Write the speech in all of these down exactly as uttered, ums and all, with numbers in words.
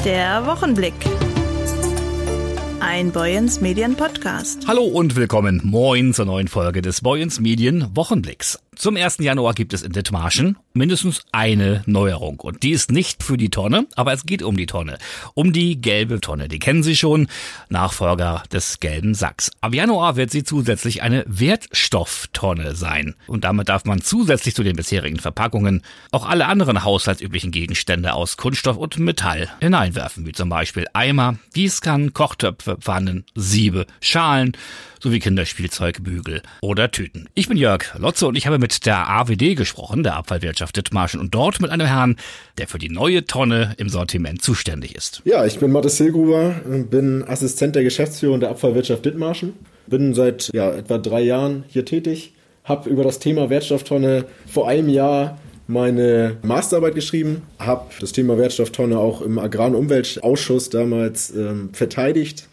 Der Wochenblick. Ein Boyens Medien Podcast. Hallo und willkommen. Moin zur neuen Folge des Boyens Medien Wochenblicks. Zum ersten Januar gibt es in Dithmarschen mindestens eine Neuerung. Und die ist nicht für die Tonne, aber es geht um die Tonne. Um die gelbe Tonne. Die kennen Sie schon. Nachfolger des gelben Sacks. Ab Januar wird sie zusätzlich eine Wertstofftonne sein. Und damit darf man zusätzlich zu den bisherigen Verpackungen auch alle anderen haushaltsüblichen Gegenstände aus Kunststoff und Metall hineinwerfen. Wie zum Beispiel Eimer, Gießkannen, Kochtöpfe, Pfannen, Siebe, Schalen sowie Kinderspielzeug, Bügel oder Tüten. Ich bin Jörg Lotze und ich habe mit der A W D gesprochen, der Abfallwirtschaft Dithmarschen, und dort mit einem Herrn, der für die neue Tonne im Sortiment zuständig ist. Ja, ich bin Mathis Hilgruber, bin Assistent der Geschäftsführung der Abfallwirtschaft Dithmarschen, bin seit ja, etwa drei Jahren hier tätig, habe über das Thema Wertstofftonne vor einem Jahr meine Masterarbeit geschrieben, habe das Thema Wertstofftonne auch im Agrar- und Umweltausschuss damals ähm, verteidigt.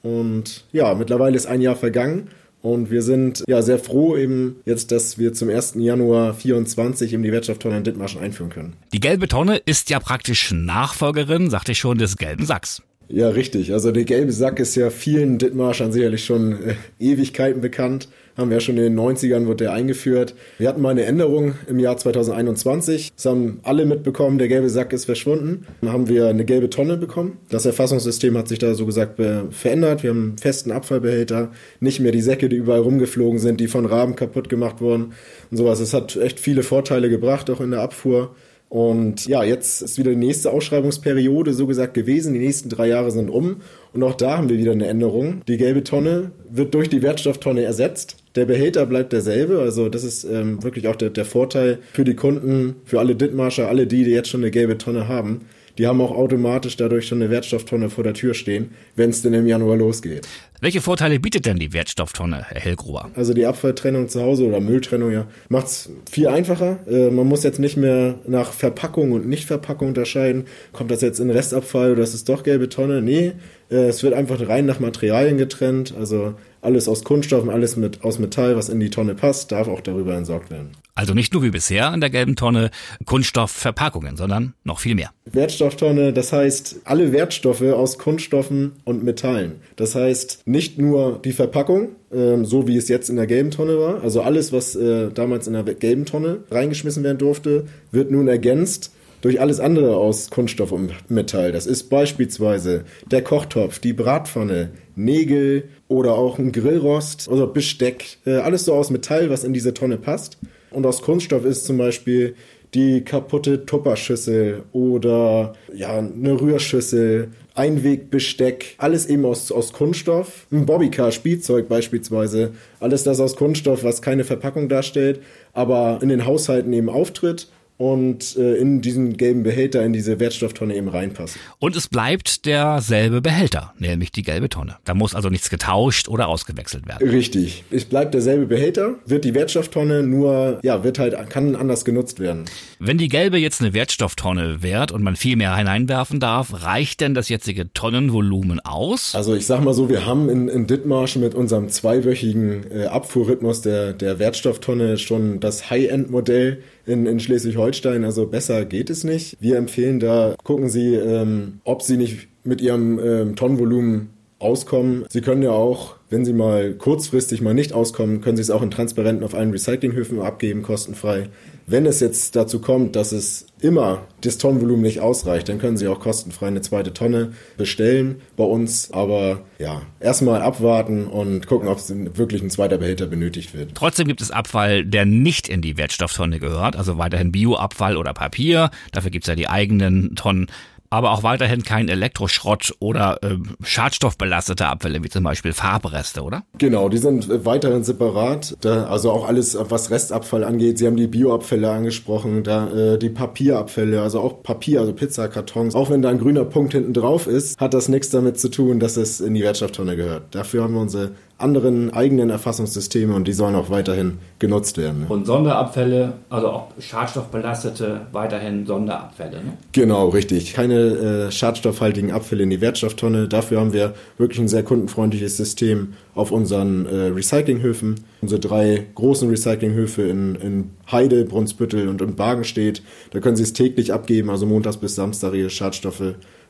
Und ja, mittlerweile ist ein Jahr vergangen und wir sind ja sehr froh eben jetzt, dass wir zum ersten Januar vierundzwanzig eben die Wertstofftonne in Dithmarschen einführen können. Die gelbe Tonne ist ja praktisch Nachfolgerin, sagte ich schon, des gelben Sacks. Ja, richtig. Also der gelbe Sack ist ja vielen Dithmarschern sicherlich schon äh, Ewigkeiten bekannt. Haben wir ja schon in den neunzigern wurde der eingeführt. Wir hatten mal eine Änderung im Jahr zweitausendeinundzwanzig. Das haben alle mitbekommen, der gelbe Sack ist verschwunden. Dann haben wir eine gelbe Tonne bekommen. Das Erfassungssystem hat sich da so gesagt be- verändert. Wir haben einen festen Abfallbehälter, nicht mehr die Säcke, die überall rumgeflogen sind, die von Raben kaputt gemacht wurden und sowas. Es hat echt viele Vorteile gebracht, auch in der Abfuhr. Und ja, jetzt ist wieder die nächste Ausschreibungsperiode so gesagt gewesen. Die nächsten drei Jahre sind um. Und auch da haben wir wieder eine Änderung. Die gelbe Tonne wird durch die Wertstofftonne ersetzt. Der Behälter bleibt derselbe. Also das ist ähm, wirklich auch der, der Vorteil für die Kunden, für alle Dithmarscher, alle die, die jetzt schon eine gelbe Tonne haben. Die haben auch automatisch dadurch schon eine Wertstofftonne vor der Tür stehen, wenn es denn im Januar losgeht. Welche Vorteile bietet denn die Wertstofftonne, Herr Hilgruber? Also die Abfalltrennung zu Hause oder Mülltrennung, ja, macht es viel einfacher. Äh, man muss jetzt nicht mehr nach Verpackung und Nichtverpackung unterscheiden. Kommt das jetzt in Restabfall oder ist es doch gelbe Tonne? Nee, äh, es wird einfach rein nach Materialien getrennt. Also alles aus Kunststoff und alles mit, aus Metall, was in die Tonne passt, darf auch darüber entsorgt werden. Also nicht nur wie bisher an der gelben Tonne Kunststoffverpackungen, sondern noch viel mehr. Wertstofftonne, das heißt alle Wertstoffe aus Kunststoffen und Metallen. Das heißt nicht nur die Verpackung, äh, so wie es jetzt in der gelben Tonne war. Also alles, was äh, damals in der gelben Tonne reingeschmissen werden durfte, wird nun ergänzt durch alles andere aus Kunststoff und Metall. Das ist beispielsweise der Kochtopf, die Bratpfanne, Nägel oder auch ein Grillrost oder Besteck. Äh, alles so aus Metall, was in diese Tonne passt. Und aus Kunststoff ist zum Beispiel die kaputte Tupperschüssel oder ja, eine Rührschüssel, Einwegbesteck, alles eben aus, aus Kunststoff. Ein Bobbycar-Spielzeug beispielsweise, alles das aus Kunststoff, was keine Verpackung darstellt, aber in den Haushalten eben auftritt und äh, in diesen gelben Behälter, in diese Wertstofftonne eben reinpassen. Und es bleibt derselbe Behälter, nämlich die gelbe Tonne. Da muss also nichts getauscht oder ausgewechselt werden. Richtig. Es bleibt derselbe Behälter, wird die Wertstofftonne nur, ja, wird halt, kann anders genutzt werden. Wenn die gelbe jetzt eine Wertstofftonne währt und man viel mehr hineinwerfen darf, reicht denn das jetzige Tonnenvolumen aus? Also ich sag mal so, wir haben in, in Dithmarschen mit unserem zweiwöchigen äh, Abfuhrrhythmus der, der Wertstofftonne schon das High-End-Modell in, in Schleswig-Holstein, also besser geht es nicht. Wir empfehlen da, gucken Sie, ähm, ob Sie nicht mit Ihrem ähm, Tonnenvolumen auskommen. Sie können ja auch, wenn Sie mal kurzfristig mal nicht auskommen, können Sie es auch in Transparenten auf allen Recyclinghöfen abgeben, kostenfrei. Wenn es jetzt dazu kommt, dass es immer das Tonnenvolumen nicht ausreicht, dann können Sie auch kostenfrei eine zweite Tonne bestellen bei uns. Aber ja, erstmal abwarten und gucken, ob es wirklich ein zweiter Behälter benötigt wird. Trotzdem gibt es Abfall, der nicht in die Wertstofftonne gehört, also weiterhin Bioabfall oder Papier. Dafür gibt es ja die eigenen Tonnen. Aber auch weiterhin kein Elektroschrott oder äh, schadstoffbelastete Abfälle, wie zum Beispiel Farbreste, oder? Genau, die sind weiterhin separat. Da, also auch alles, was Restabfall angeht. Sie haben die Bioabfälle angesprochen, da äh, die Papierabfälle, also auch Papier, also Pizzakartons. Auch wenn da ein grüner Punkt hinten drauf ist, hat das nichts damit zu tun, dass es in die Wertstofftonne gehört. Dafür haben wir unsere anderen eigenen Erfassungssysteme und die sollen auch weiterhin genutzt werden. Ne? Und Sonderabfälle, also auch schadstoffbelastete, weiterhin Sonderabfälle, ne? Genau, richtig. Keine äh, schadstoffhaltigen Abfälle in die Wertstofftonne. Dafür haben wir wirklich ein sehr kundenfreundliches System auf unseren äh, Recyclinghöfen. Unsere drei großen Recyclinghöfe in, in Heide, Brunsbüttel und in Bargenstedt. Da können Sie es täglich abgeben, also montags bis Samstag Ihre Schadstoffe.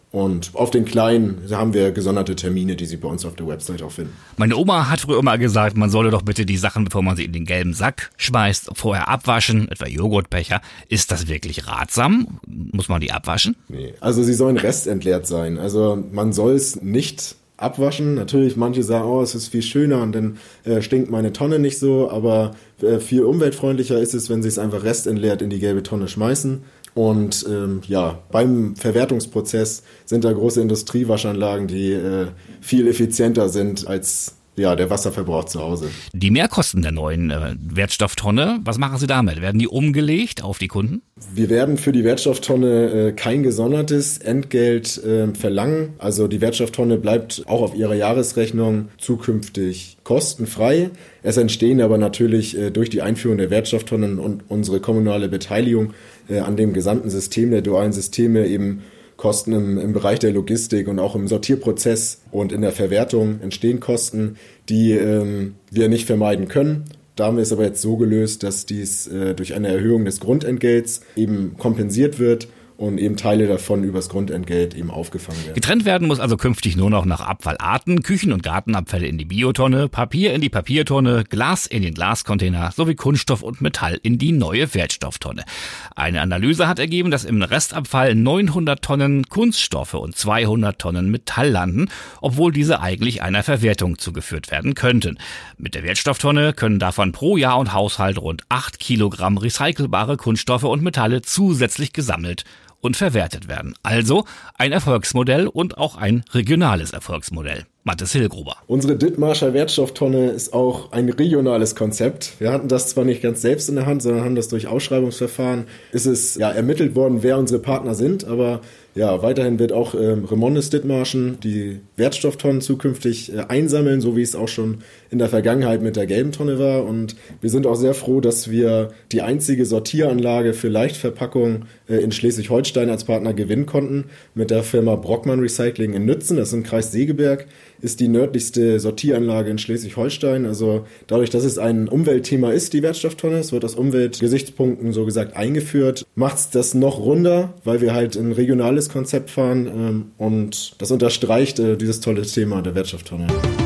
Und auf den kleinen haben wir gesonderte Termine, die Sie bei uns auf der Website auch finden. Meine Oma hat früher immer gesagt, man solle doch bitte die Sachen, bevor man sie in den gelben Sack schmeißt, vorher abwaschen, etwa Joghurtbecher. Ist das wirklich ratsam? Muss man die abwaschen? Nee, also sie sollen restentleert sein. Also man soll es nicht abwaschen. Natürlich, manche sagen, oh, es ist viel schöner und dann äh, stinkt meine Tonne nicht so, aber äh, viel umweltfreundlicher ist es, wenn Sie es einfach restentleert in die gelbe Tonne schmeißen. Und ähm, ja, beim Verwertungsprozess sind da große Industriewaschanlagen, die äh, viel effizienter sind als ja, der Wasserverbrauch zu Hause. Die Mehrkosten der neuen äh, Wertstofftonne, was machen Sie damit? Werden die umgelegt auf die Kunden? Wir werden für die Wertstofftonne äh, kein gesondertes Entgelt äh, verlangen. Also die Wertstofftonne bleibt auch auf ihrer Jahresrechnung zukünftig kostenfrei. Es entstehen aber natürlich äh, durch die Einführung der Wertstofftonnen und unsere kommunale Beteiligung äh, an dem gesamten System der dualen Systeme eben Kosten im, im Bereich der Logistik und auch im Sortierprozess und in der Verwertung entstehen Kosten, die ähm, wir nicht vermeiden können. Da haben wir es aber jetzt so gelöst, dass dies äh, durch eine Erhöhung des Grundentgelts eben kompensiert wird und eben Teile davon übers Grundentgelt eben aufgefangen werden. Getrennt werden muss also künftig nur noch nach Abfallarten, Küchen- und Gartenabfälle in die Biotonne, Papier in die Papiertonne, Glas in den Glascontainer sowie Kunststoff und Metall in die neue Wertstofftonne. Eine Analyse hat ergeben, dass im Restabfall neunhundert Tonnen Kunststoffe und zweihundert Tonnen Metall landen, obwohl diese eigentlich einer Verwertung zugeführt werden könnten. Mit der Wertstofftonne können davon pro Jahr und Haushalt rund acht Kilogramm recycelbare Kunststoffe und Metalle zusätzlich gesammelt und verwertet werden. Also ein Erfolgsmodell und auch ein regionales Erfolgsmodell. Mathis Hillgruber. Unsere Dithmarscher Wertstofftonne ist auch ein regionales Konzept. Wir hatten das zwar nicht ganz selbst in der Hand, sondern haben das durch Ausschreibungsverfahren, ist es ja ermittelt worden, wer unsere Partner sind, aber ja, weiterhin wird auch ähm, Remondes Dithmarschen die Wertstofftonnen zukünftig äh, einsammeln, so wie es auch schon in der Vergangenheit mit der gelben Tonne war. Und wir sind auch sehr froh, dass wir die einzige Sortieranlage für Leichtverpackung äh, in Schleswig-Holstein als Partner gewinnen konnten. Mit der Firma Brockmann Recycling in Nützen, das ist im Kreis Segeberg, ist die nördlichste Sortieranlage in Schleswig-Holstein. Also dadurch, dass es ein Umweltthema ist, die Wertstofftonne, es wird aus Umweltgesichtspunkten so gesagt eingeführt, macht es das noch runder, weil wir halt ein regionales Konzept fahren ähm, und das unterstreicht äh, dieses tolle Thema der Wertstofftonne.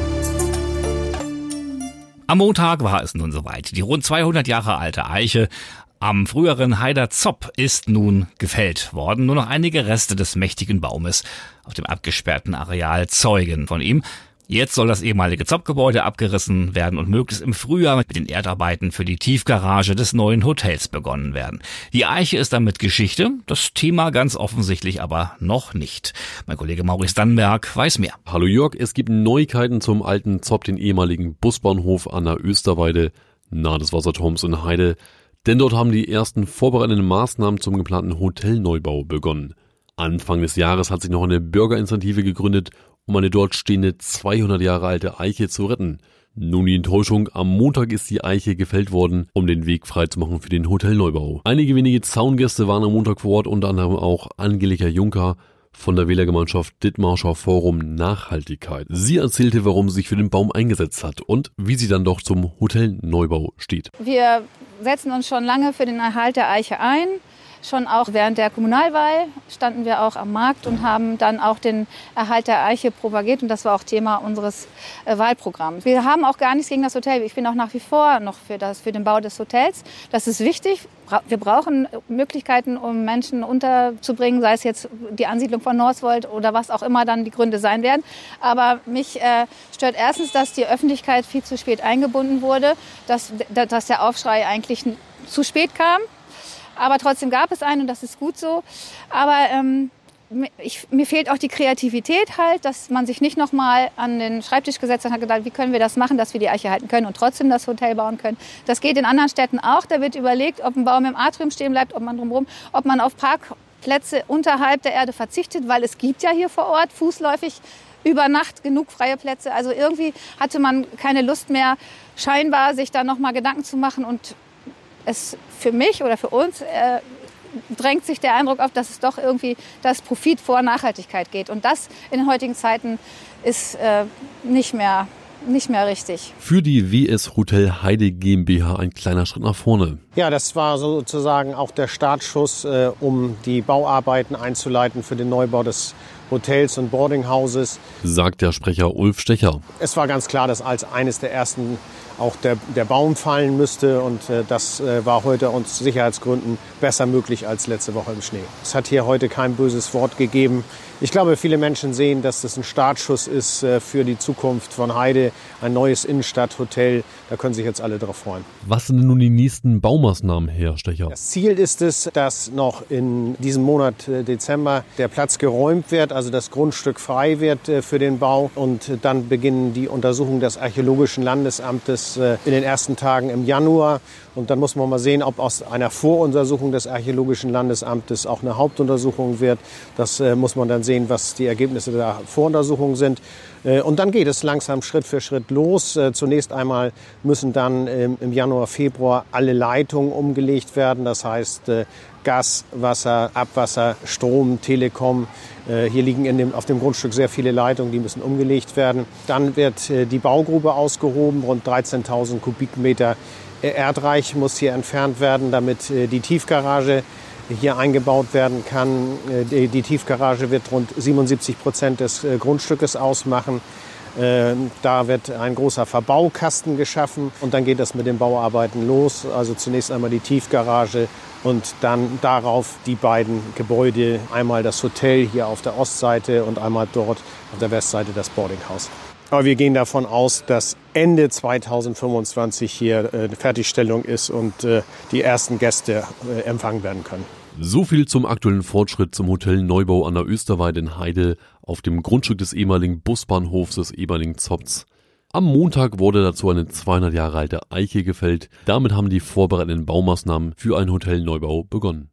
Am Montag war es nun soweit. Die rund zweihundert Jahre alte Eiche am früheren Heider Zopp ist nun gefällt worden. Nur noch einige Reste des mächtigen Baumes auf dem abgesperrten Areal zeugen von ihm. Jetzt soll das ehemalige Zopp-Gebäude abgerissen werden und möglichst im Frühjahr mit den Erdarbeiten für die Tiefgarage des neuen Hotels begonnen werden. Die Eiche ist damit Geschichte, das Thema ganz offensichtlich aber noch nicht. Mein Kollege Maurice Dannenberg weiß mehr. Hallo Jörg, es gibt Neuigkeiten zum alten Zopp, den ehemaligen Busbahnhof an der Österweide, nahe des Wasserturms in Heide. Denn dort haben die ersten vorbereitenden Maßnahmen zum geplanten Hotelneubau begonnen. Anfang des Jahres hat sich noch eine Bürgerinitiative gegründet, um eine dort stehende zweihundert Jahre alte Eiche zu retten. Nun die Enttäuschung, am Montag ist die Eiche gefällt worden, um den Weg freizumachen für den Hotelneubau. Einige wenige Zaungäste waren am Montag vor Ort, unter anderem auch Angelika Juncker von der Wählergemeinschaft Dithmarscher Forum Nachhaltigkeit. Sie erzählte, warum sie sich für den Baum eingesetzt hat und wie sie dann doch zum Hotelneubau steht. Wir setzen uns schon lange für den Erhalt der Eiche ein. Schon auch während der Kommunalwahl standen wir auch am Markt und haben dann auch den Erhalt der Eiche propagiert. Und das war auch Thema unseres äh, Wahlprogramms. Wir haben auch gar nichts gegen das Hotel. Ich bin auch nach wie vor noch für, das, für den Bau des Hotels. Das ist wichtig. Wir brauchen Möglichkeiten, um Menschen unterzubringen, sei es jetzt die Ansiedlung von Northvolt oder was auch immer dann die Gründe sein werden. Aber mich äh, stört erstens, dass die Öffentlichkeit viel zu spät eingebunden wurde, dass, dass der Aufschrei eigentlich zu spät kam. Aber trotzdem gab es einen und das ist gut so. Aber ähm, ich, mir fehlt auch die Kreativität halt, dass man sich nicht nochmal an den Schreibtisch gesetzt hat und hat gedacht, wie können wir das machen, dass wir die Eiche halten können und trotzdem das Hotel bauen können. Das geht in anderen Städten auch. Da wird überlegt, ob ein Baum im Atrium stehen bleibt, ob man drumherum, ob man auf Parkplätze unterhalb der Erde verzichtet, weil es gibt ja hier vor Ort fußläufig über Nacht genug freie Plätze. Also irgendwie hatte man keine Lust mehr, scheinbar sich da nochmal Gedanken zu machen und es für mich oder für uns äh, drängt sich der Eindruck auf, dass es doch irgendwie das Profit vor Nachhaltigkeit geht. Und das in den heutigen Zeiten ist äh, nicht mehr nicht mehr richtig. Für die W S Hotel Heide GmbH ein kleiner Schritt nach vorne. Ja, das war sozusagen auch der Startschuss, äh, um die Bauarbeiten einzuleiten für den Neubau des Hotels und Boardinghauses, sagt der Sprecher Ulf Stecher. Es war ganz klar, dass als eines der ersten auch der, der Baum fallen müsste und äh, das äh, war heute aus Sicherheitsgründen besser möglich als letzte Woche im Schnee. Es hat hier heute kein böses Wort gegeben. Ich glaube, viele Menschen sehen, dass das ein Startschuss ist äh, für die Zukunft von Heide, ein neues Innenstadthotel. Da können sich jetzt alle drauf freuen. Was sind denn nun die nächsten Baumaßnahmen, Herr Stecher? Das Ziel ist es, dass noch in diesem Monat äh, Dezember der Platz geräumt wird, also das Grundstück frei wird äh, für den Bau. Und äh, dann beginnen die Untersuchungen des Archäologischen Landesamtes äh, in den ersten Tagen im Januar. Und dann muss man mal sehen, ob aus einer Voruntersuchung des Archäologischen Landesamtes auch eine Hauptuntersuchung wird. Das äh, muss man dann sehen, was die Ergebnisse der Voruntersuchung sind. Äh, und dann geht es langsam Schritt für Schritt los. Äh, zunächst einmal müssen dann ähm, im Januar, Februar alle Leitungen umgelegt werden. Das heißt äh, Gas, Wasser, Abwasser, Strom, Telekom. Äh, hier liegen in dem, auf dem Grundstück sehr viele Leitungen, die müssen umgelegt werden. Dann wird äh, die Baugrube ausgehoben, rund dreizehntausend Kubikmeter Erdreich muss hier entfernt werden, damit äh, die Tiefgarage hier eingebaut werden kann. Äh, die, die Tiefgarage wird rund siebenundsiebzig Prozent des äh, Grundstückes ausmachen. Äh, da wird ein großer Verbaukasten geschaffen und dann geht es mit den Bauarbeiten los. Also zunächst einmal die Tiefgarage und dann darauf die beiden Gebäude. Einmal das Hotel hier auf der Ostseite und einmal dort auf der Westseite das Boardinghaus. Aber wir gehen davon aus, dass Ende zweitausendfünfundzwanzig hier äh, Fertigstellung ist und äh, die ersten Gäste äh, empfangen werden können. So viel zum aktuellen Fortschritt zum Hotel Neubau an der Österweide in Heide auf dem Grundstück des ehemaligen Busbahnhofs des ehemaligen Zopfs. Am Montag wurde dazu eine zweihundert Jahre alte Eiche gefällt. Damit haben die vorbereitenden Baumaßnahmen für einen Hotelneubau begonnen.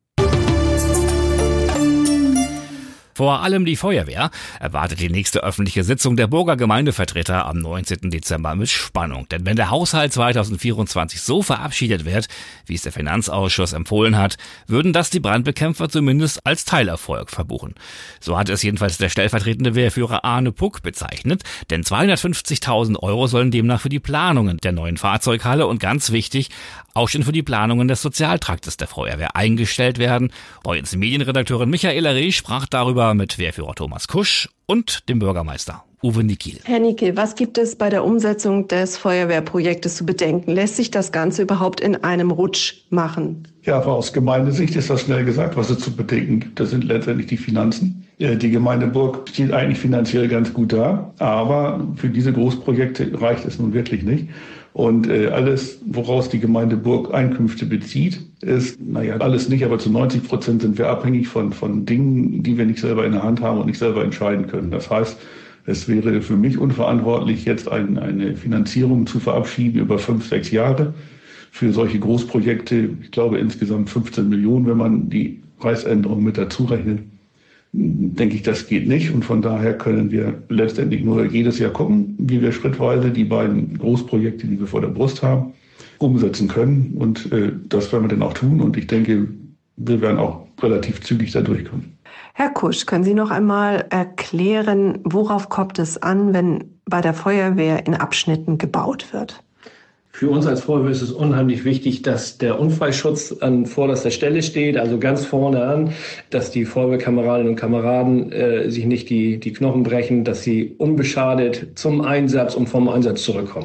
Vor allem die Feuerwehr erwartet die nächste öffentliche Sitzung der Burger Gemeindevertreter am neunzehnten Dezember mit Spannung. Denn wenn der Haushalt zweitausendvierundzwanzig so verabschiedet wird, wie es der Finanzausschuss empfohlen hat, würden das die Brandbekämpfer zumindest als Teilerfolg verbuchen. So hat es jedenfalls der stellvertretende Wehrführer Arne Puck bezeichnet. Denn zweihundertfünfzigtausend Euro sollen demnach für die Planungen der neuen Fahrzeughalle und ganz wichtig, auch schon für die Planungen des Sozialtraktes der Feuerwehr eingestellt werden. Boyens Medienredakteurin Michaela Reh sprach darüber mit Wehrführer Thomas Kusch und dem Bürgermeister Uwe Nikiel. Herr Nikiel, was gibt es bei der Umsetzung des Feuerwehrprojektes zu bedenken? Lässt sich das Ganze überhaupt in einem Rutsch machen? Ja, aber aus Gemeindesicht ist das schnell gesagt, was es zu bedenken gibt. Das sind letztendlich die Finanzen. Die Gemeinde Burg steht eigentlich finanziell ganz gut da, aber für diese Großprojekte reicht es nun wirklich nicht. Und äh, alles, woraus die Gemeinde Burg Einkünfte bezieht, ist, naja, alles nicht, aber zu neunzig Prozent sind wir abhängig von, von Dingen, die wir nicht selber in der Hand haben und nicht selber entscheiden können. Das heißt, es wäre für mich unverantwortlich, jetzt ein, eine Finanzierung zu verabschieden über fünf, sechs Jahre für solche Großprojekte. Ich glaube insgesamt fünfzehn Millionen, wenn man die Preisänderung mit dazu rechnet. Denke ich, das geht nicht. Und von daher können wir letztendlich nur jedes Jahr gucken, wie wir schrittweise die beiden Großprojekte, die wir vor der Brust haben, umsetzen können. Und äh, das werden wir dann auch tun. Und ich denke, wir werden auch relativ zügig da durchkommen. Herr Kusch, können Sie noch einmal erklären, worauf kommt es an, wenn bei der Feuerwehr in Abschnitten gebaut wird? Für uns als Feuerwehr ist es unheimlich wichtig, dass der Unfallschutz an vorderster Stelle steht, also ganz vorne an, dass die Feuerwehrkameradinnen und Kameraden äh, sich nicht die, die Knochen brechen, dass sie unbeschadet zum Einsatz und vom Einsatz zurückkommen.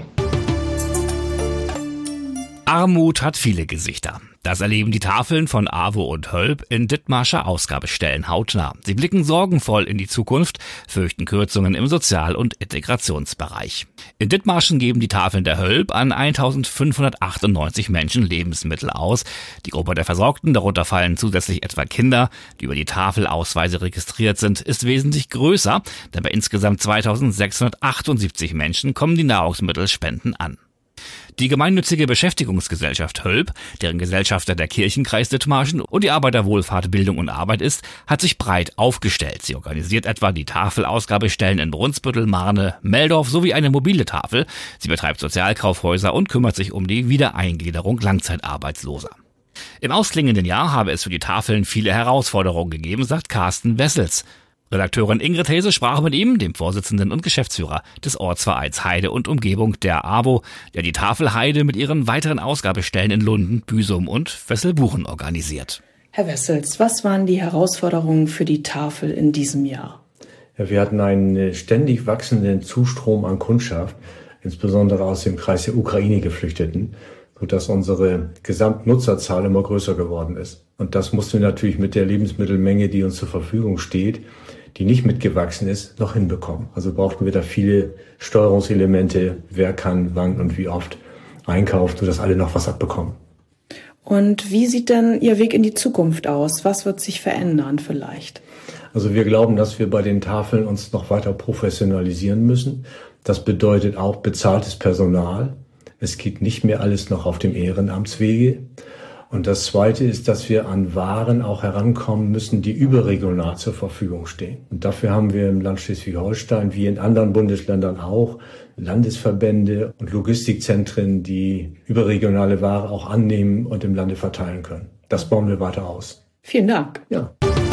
Armut hat viele Gesichter. Das erleben die Tafeln von AWO und Hölp in Dithmarscher Ausgabestellen hautnah. Sie blicken sorgenvoll in die Zukunft, fürchten Kürzungen im Sozial- und Integrationsbereich. In Dithmarschen geben die Tafeln der Hölp an eintausendfünfhundertachtundneunzig Menschen Lebensmittel aus. Die Gruppe der Versorgten, darunter fallen zusätzlich etwa Kinder, die über die Tafelausweise registriert sind, ist wesentlich größer, denn bei insgesamt zweitausendsechshundertachtundsiebzig Menschen kommen die Nahrungsmittelspenden an. Die gemeinnützige Beschäftigungsgesellschaft Hölp, deren Gesellschafter der Kirchenkreis Dithmarschen und die Arbeiterwohlfahrt Bildung und Arbeit ist, hat sich breit aufgestellt. Sie organisiert etwa die Tafelausgabestellen in Brunsbüttel, Marne, Meldorf sowie eine mobile Tafel. Sie betreibt Sozialkaufhäuser und kümmert sich um die Wiedereingliederung Langzeitarbeitsloser. Im ausklingenden Jahr habe es für die Tafeln viele Herausforderungen gegeben, sagt Carsten Wessels. Redakteurin Ingrid Hese sprach mit ihm, dem Vorsitzenden und Geschäftsführer des Ortsvereins Heide und Umgebung, der A W O, der die Tafel Heide mit ihren weiteren Ausgabestellen in Lunden, Büsum und Wesselbuchen organisiert. Herr Wessels, was waren die Herausforderungen für die Tafel in diesem Jahr? Ja, wir hatten einen ständig wachsenden Zustrom an Kundschaft, insbesondere aus dem Kreis der Ukraine-Geflüchteten, sodass unsere Gesamtnutzerzahl immer größer geworden ist. Und das mussten wir natürlich mit der Lebensmittelmenge, die uns zur Verfügung steht, die nicht mitgewachsen ist, noch hinbekommen. Also brauchten wir da viele Steuerungselemente, wer kann, wann und wie oft einkaufen, sodass alle noch was abbekommen. Und wie sieht denn Ihr Weg in die Zukunft aus? Was wird sich verändern vielleicht? Also wir glauben, dass wir bei den Tafeln uns noch weiter professionalisieren müssen. Das bedeutet auch bezahltes Personal. Es geht nicht mehr alles noch auf dem Ehrenamtswege. Und das Zweite ist, dass wir an Waren auch herankommen müssen, die überregional zur Verfügung stehen. Und dafür haben wir im Land Schleswig-Holstein, wie in anderen Bundesländern auch, Landesverbände und Logistikzentren, die überregionale Ware auch annehmen und im Lande verteilen können. Das bauen wir weiter aus. Vielen Dank. Ja.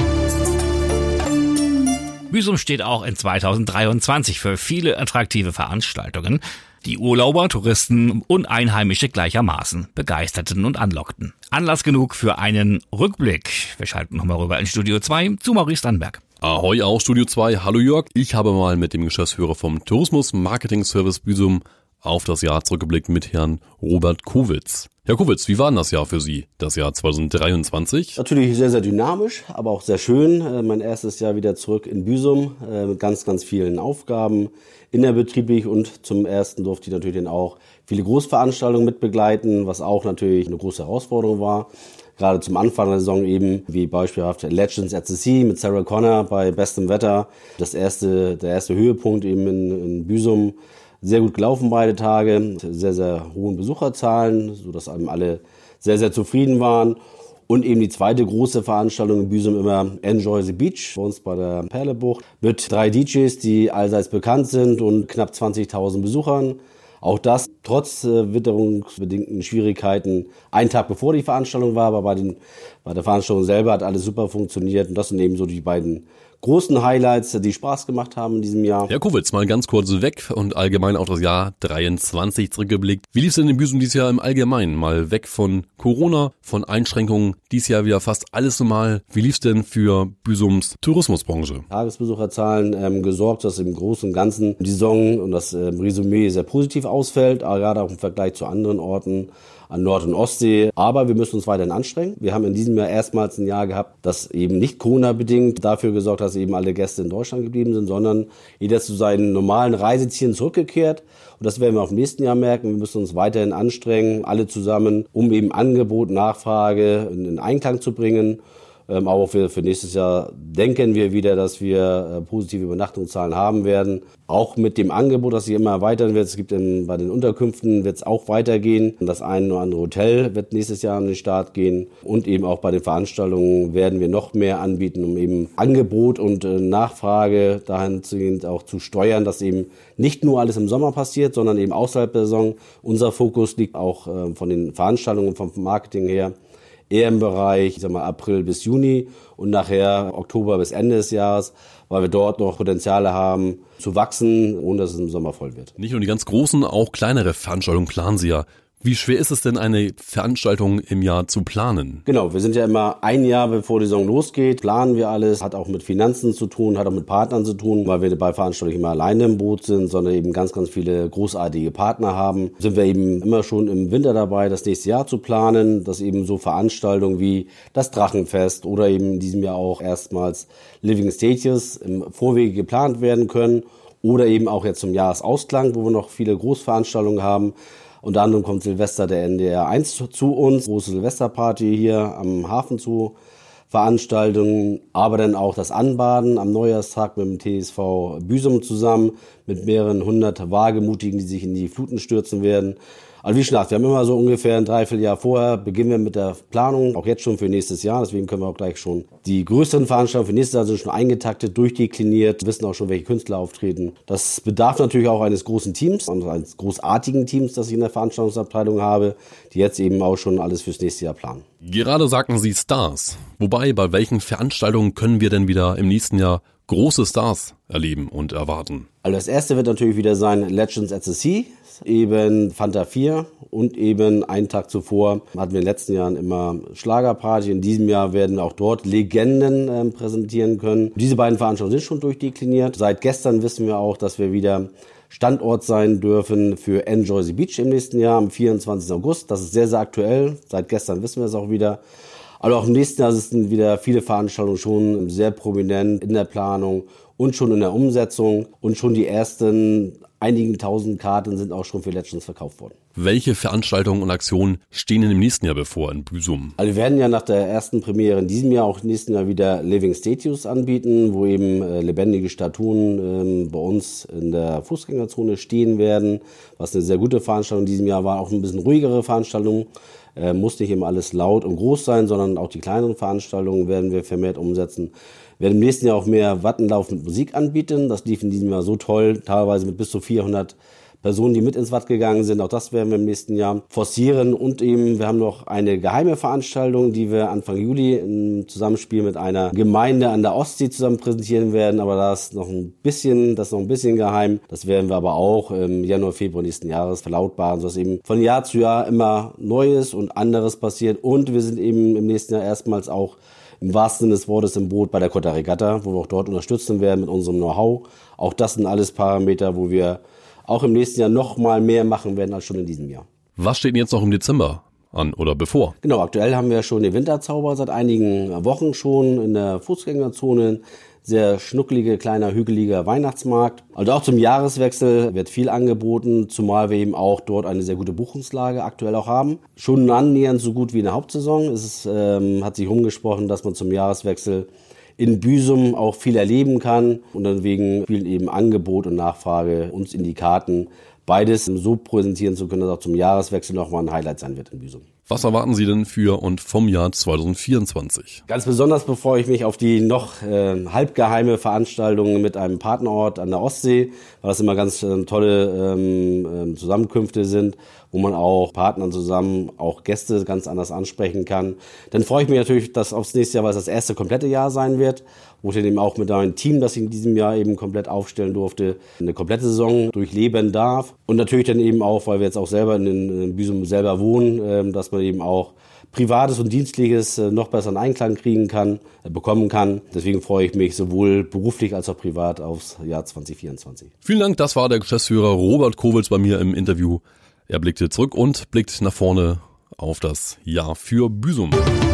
Büsum steht auch in zweitausenddreiundzwanzig für viele attraktive Veranstaltungen, die Urlauber, Touristen und Einheimische gleichermaßen begeisterten und anlockten. Anlass genug für einen Rückblick. Wir schalten nochmal rüber in Studio zwei zu Maurice Dannenberg. Ahoi aus Studio zwei. Hallo Jörg. Ich habe mal mit dem Geschäftsführer vom Tourismus Marketing Service Büsum auf das Jahr zurückgeblickt mit Herrn Robert Kowitz. Herr Kowitz, wie war denn das Jahr für Sie, das Jahr zweitausenddreiundzwanzig? Natürlich sehr, sehr dynamisch, aber auch sehr schön. Mein erstes Jahr wieder zurück in Büsum mit ganz, ganz vielen Aufgaben innerbetrieblich und zum ersten durfte ich natürlich dann auch viele Großveranstaltungen mitbegleiten, was auch natürlich eine große Herausforderung war. Gerade zum Anfang der Saison eben, wie beispielhaft Legends at the Sea mit Sarah Connor bei bestem Wetter. Das erste, der erste Höhepunkt eben in, in Büsum. Sehr gut gelaufen beide Tage, sehr, sehr hohen Besucherzahlen, sodass eben alle sehr, sehr zufrieden waren. Und eben die zweite große Veranstaltung in Büsum immer Enjoy the Beach, bei uns bei der Perlebucht, mit drei D Js, die allseits bekannt sind und knapp zwanzigtausend Besuchern. Auch das trotz äh, witterungsbedingten Schwierigkeiten einen Tag bevor die Veranstaltung war, aber bei, den, bei der Veranstaltung selber hat alles super funktioniert. Und das sind eben so die beiden großen Highlights, die Spaß gemacht haben in diesem Jahr. Herr Kowitz, mal ganz kurz weg und allgemein auf das Jahr dreiundzwanzig zurückgeblickt. Wie lief es denn in Büsum dieses Jahr im Allgemeinen? Mal weg von Corona, von Einschränkungen, dieses Jahr wieder fast alles normal. Wie lief es denn für Büsums Tourismusbranche? Tagesbesucherzahlen ähm, gesorgt, dass im Großen und Ganzen die Saison und das ähm, Resümee sehr positiv ausfällt, aber gerade auch im Vergleich zu anderen Orten an Nord- und Ostsee. Aber wir müssen uns weiterhin anstrengen. Wir haben in diesem Jahr erstmals ein Jahr gehabt, das eben nicht Corona-bedingt dafür gesorgt hat, dass eben alle Gäste in Deutschland geblieben sind, sondern jeder zu seinen normalen Reisezielen zurückgekehrt. Und das werden wir auch im nächsten Jahr merken. Wir müssen uns weiterhin anstrengen, alle zusammen, um eben Angebot, Nachfrage in, in Einklang zu bringen. Ähm, aber auch für, für nächstes Jahr denken wir wieder, dass wir äh, positive Übernachtungszahlen haben werden. Auch mit dem Angebot, das sich immer erweitern wird. Es gibt in, bei den Unterkünften wird es auch weitergehen. Das ein oder andere Hotel wird nächstes Jahr an den Start gehen. Und eben auch bei den Veranstaltungen werden wir noch mehr anbieten, um eben Angebot und äh, Nachfrage dahingehend auch zu steuern, dass eben nicht nur alles im Sommer passiert, sondern eben außerhalb der Saison. Unser Fokus liegt auch äh, von den Veranstaltungen, vom Marketing her, eher im Bereich, ich sag mal, April bis Juni und nachher Oktober bis Ende des Jahres, weil wir dort noch Potenziale haben zu wachsen, ohne dass es im Sommer voll wird. Nicht nur die ganz großen, auch kleinere Veranstaltungen planen Sie ja. Wie schwer ist es denn, eine Veranstaltung im Jahr zu planen? Genau, wir sind ja immer ein Jahr, bevor die Saison losgeht, planen wir alles. Hat auch mit Finanzen zu tun, hat auch mit Partnern zu tun, weil wir bei Veranstaltungen immer alleine im Boot sind, sondern eben ganz, ganz viele großartige Partner haben. Sind wir eben immer schon im Winter dabei, das nächste Jahr zu planen, dass eben so Veranstaltungen wie das Drachenfest oder eben in diesem Jahr auch erstmals Living Stages im Vorwege geplant werden können oder eben auch jetzt zum Jahresausklang, wo wir noch viele Großveranstaltungen haben. Unter anderem kommt Silvester der N D R eins zu uns, große Silvesterparty hier am Hafen zu, Veranstaltungen, aber dann auch das Anbaden am Neujahrstag mit dem T S V Büsum zusammen, mit mehreren hundert Wagemutigen, die sich in die Fluten stürzen werden. Also wie schon gesagt, wir haben immer so ungefähr ein Dreivierteljahr vorher beginnen wir mit der Planung, auch jetzt schon für nächstes Jahr. Deswegen können wir auch gleich schon die größeren Veranstaltungen für nächstes Jahr sind schon eingetaktet, durchdekliniert, wissen auch schon, welche Künstler auftreten. Das bedarf natürlich auch eines großen Teams, und eines großartigen Teams, das ich in der Veranstaltungsabteilung habe, die jetzt eben auch schon alles fürs nächste Jahr planen. Gerade sagten Sie Stars. Wobei, bei welchen Veranstaltungen können wir denn wieder im nächsten Jahr große Stars erleben und erwarten? Also das erste wird natürlich wieder sein Legends at the Sea, eben Fanta vier und eben einen Tag zuvor hatten wir in den letzten Jahren immer Schlagerparty. In diesem Jahr werden auch dort Legenden äh, präsentieren können. Diese beiden Veranstaltungen sind schon durchdekliniert. Seit gestern wissen wir auch, dass wir wieder Standort sein dürfen für Enjoy the Beach im nächsten Jahr am vierundzwanzigsten August. Das ist sehr, sehr aktuell. Seit gestern wissen wir es auch wieder. Aber auch im nächsten Jahr sind wieder viele Veranstaltungen schon sehr prominent in der Planung und schon in der Umsetzung. Und schon die ersten einigen tausend Karten sind auch schon für Legends verkauft worden. Welche Veranstaltungen und Aktionen stehen denn im nächsten Jahr bevor in Büsum? Also wir werden ja nach der ersten Premiere in diesem Jahr auch im nächsten Jahr wieder Living Statues anbieten, wo eben äh, lebendige Statuen ähm, bei uns in der Fußgängerzone stehen werden, was eine sehr gute Veranstaltung in diesem Jahr war, auch ein bisschen ruhigere Veranstaltung. Äh, muss nicht immer alles laut und groß sein, sondern auch die kleineren Veranstaltungen werden wir vermehrt umsetzen. Wir werden im nächsten Jahr auch mehr Wattenlauf mit Musik anbieten. Das lief in diesem Jahr so toll, teilweise mit bis zu vierhundert Personen, die mit ins Watt gegangen sind. Auch das werden wir im nächsten Jahr forcieren. Und eben, wir haben noch eine geheime Veranstaltung, die wir Anfang Juli im Zusammenspiel mit einer Gemeinde an der Ostsee zusammen präsentieren werden. Aber das ist noch ein bisschen, das ist noch ein bisschen geheim. Das werden wir aber auch im Januar, Februar nächsten Jahres verlautbaren, sodass eben von Jahr zu Jahr immer Neues und anderes passiert. Und wir sind eben im nächsten Jahr erstmals auch im wahrsten Sinne des Wortes im Boot bei der Cotta Regatta, wo wir auch dort unterstützen werden mit unserem Know-how. Auch das sind alles Parameter, wo wir auch im nächsten Jahr noch mal mehr machen werden als schon in diesem Jahr. Was steht denn jetzt noch im Dezember an oder bevor? Genau, aktuell haben wir schon den Winterzauber seit einigen Wochen schon in der Fußgängerzone. Sehr schnucklige, kleiner, hügeliger Weihnachtsmarkt. Also auch zum Jahreswechsel wird viel angeboten, zumal wir eben auch dort eine sehr gute Buchungslage aktuell auch haben. Schon annähernd so gut wie in der Hauptsaison. Es ist, ähm, hat sich rumgesprochen, dass man zum Jahreswechsel in Büsum auch viel erleben kann und deswegen spielen eben Angebot und Nachfrage uns in die Karten, beides so präsentieren zu können, dass auch zum Jahreswechsel nochmal ein Highlight sein wird in Büsum. Was erwarten Sie denn für und vom Jahr zwanzig vierundzwanzig? Ganz besonders befreue ich mich auf die noch äh, halbgeheime Veranstaltung mit einem Partnerort an der Ostsee, weil das immer ganz äh, tolle ähm, Zusammenkünfte sind, wo man auch Partnern zusammen auch Gäste ganz anders ansprechen kann. Dann freue ich mich natürlich, dass aufs nächste Jahr, weil es das erste komplette Jahr sein wird, wo ich dann eben auch mit einem Team, das ich in diesem Jahr eben komplett aufstellen durfte, eine komplette Saison durchleben darf. Und natürlich dann eben auch, weil wir jetzt auch selber in, in Büsum selber wohnen, äh, dass man eben auch Privates und Dienstliches äh, noch besser in Einklang kriegen kann, äh, bekommen kann. Deswegen freue ich mich sowohl beruflich als auch privat aufs Jahr zwanzig vierundzwanzig. Vielen Dank, das war der Geschäftsführer Robert Kowitz bei mir im Interview. Er blickte zurück und blickt nach vorne auf das Jahr für Büsum.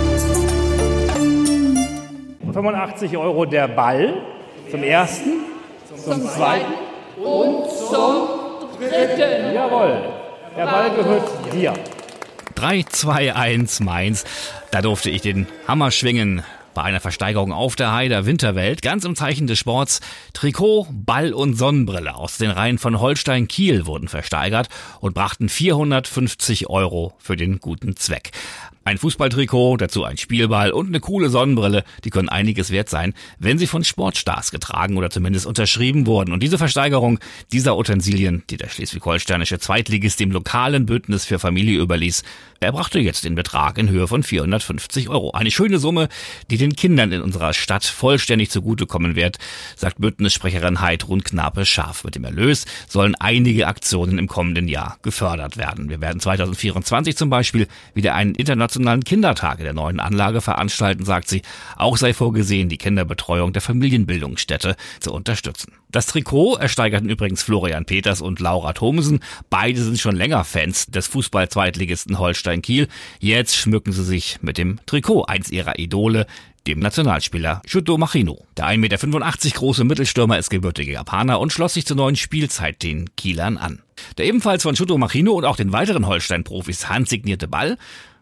fünfundachtzig Euro der Ball zum ersten, zum, zum zweiten und zum dritten. Jawohl, der Ball gehört dir. drei, zwei, eins Mainz. Da durfte ich den Hammer schwingen bei einer Versteigerung auf der Heider Winterwelt, ganz im Zeichen des Sports. Trikot, Ball und Sonnenbrille aus den Reihen von Holstein Kiel wurden versteigert und brachten vierhundertfünfzig Euro für den guten Zweck. Ein Fußballtrikot, dazu ein Spielball und eine coole Sonnenbrille, die können einiges wert sein, wenn sie von Sportstars getragen oder zumindest unterschrieben wurden. Und diese Versteigerung dieser Utensilien, die der schleswig-holsteinische Zweitligist dem lokalen Bündnis für Familie überließ, erbrachte jetzt den Betrag in Höhe von vierhundertfünfzig Euro. Eine schöne Summe, die den Kindern in unserer Stadt vollständig zugutekommen wird, sagt Bündnissprecherin Heidrun Knape-Scharf. Mit dem Erlös sollen einige Aktionen im kommenden Jahr gefördert werden. Wir werden zwanzig vierundzwanzig zum Beispiel wieder einen internationalen Kindertag in der neuen Anlage veranstalten, sagt sie. Auch sei vorgesehen, die Kinderbetreuung der Familienbildungsstätte zu unterstützen. Das Trikot ersteigerten übrigens Florian Peters und Laura Thomsen. Beide sind schon länger Fans des Fußball-Zweitligisten Holstein Kiel. Jetzt schmücken sie sich mit dem Trikot eins ihrer Idole, dem Nationalspieler Shuto Machino. Der ein Meter fünfundachtzig große Mittelstürmer ist gebürtiger Japaner und schloss sich zur neuen Spielzeit den Kielern an. Der ebenfalls von Shuto Machino und auch den weiteren Holstein-Profis handsignierte Ball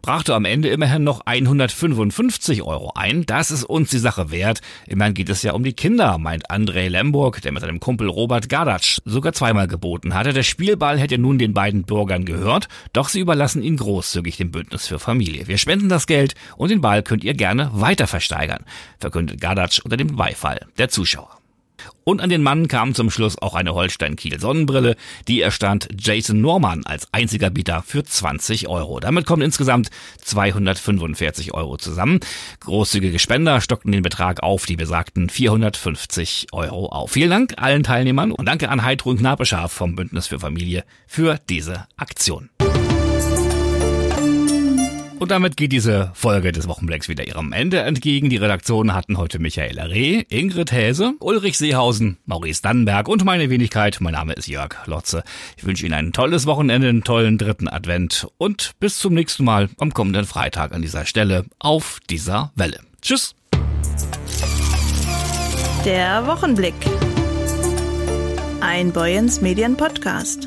brachte am Ende immerhin noch hundertfünfundfünfzig Euro ein. Das ist uns die Sache wert. Immerhin geht es ja um die Kinder, meint André Lemburg, der mit seinem Kumpel Robert Gardatsch sogar zweimal geboten hatte. Der Spielball hätte nun den beiden Bürgern gehört, doch sie überlassen ihn großzügig dem Bündnis für Familie. Wir spenden das Geld und den Ball könnt ihr gerne weiter versteigern, verkündet Gardatsch unter dem Beifall der Zuschauer. Und an den Mann kam zum Schluss auch eine Holstein-Kiel-Sonnenbrille. Die erstand Jason Norman als einziger Bieter für zwanzig Euro. Damit kommen insgesamt zweihundertfünfundvierzig Euro zusammen. Großzügige Spender stockten den Betrag auf die besagten vierhundertfünfzig Euro auf. Vielen Dank allen Teilnehmern und danke an Heidrun Knapescharf vom Bündnis für Familie für diese Aktion. Und damit geht diese Folge des Wochenblicks wieder ihrem Ende entgegen. Die Redaktion hatten heute Michaela Reh, Ingrid Häse, Ulrich Seehausen, Maurice Dannenberg und meine Wenigkeit. Mein Name ist Jörg Lotze. Ich wünsche Ihnen ein tolles Wochenende, einen tollen dritten Advent und bis zum nächsten Mal am kommenden Freitag an dieser Stelle auf dieser Welle. Tschüss. Der Wochenblick. Ein Boyens Medien Podcast.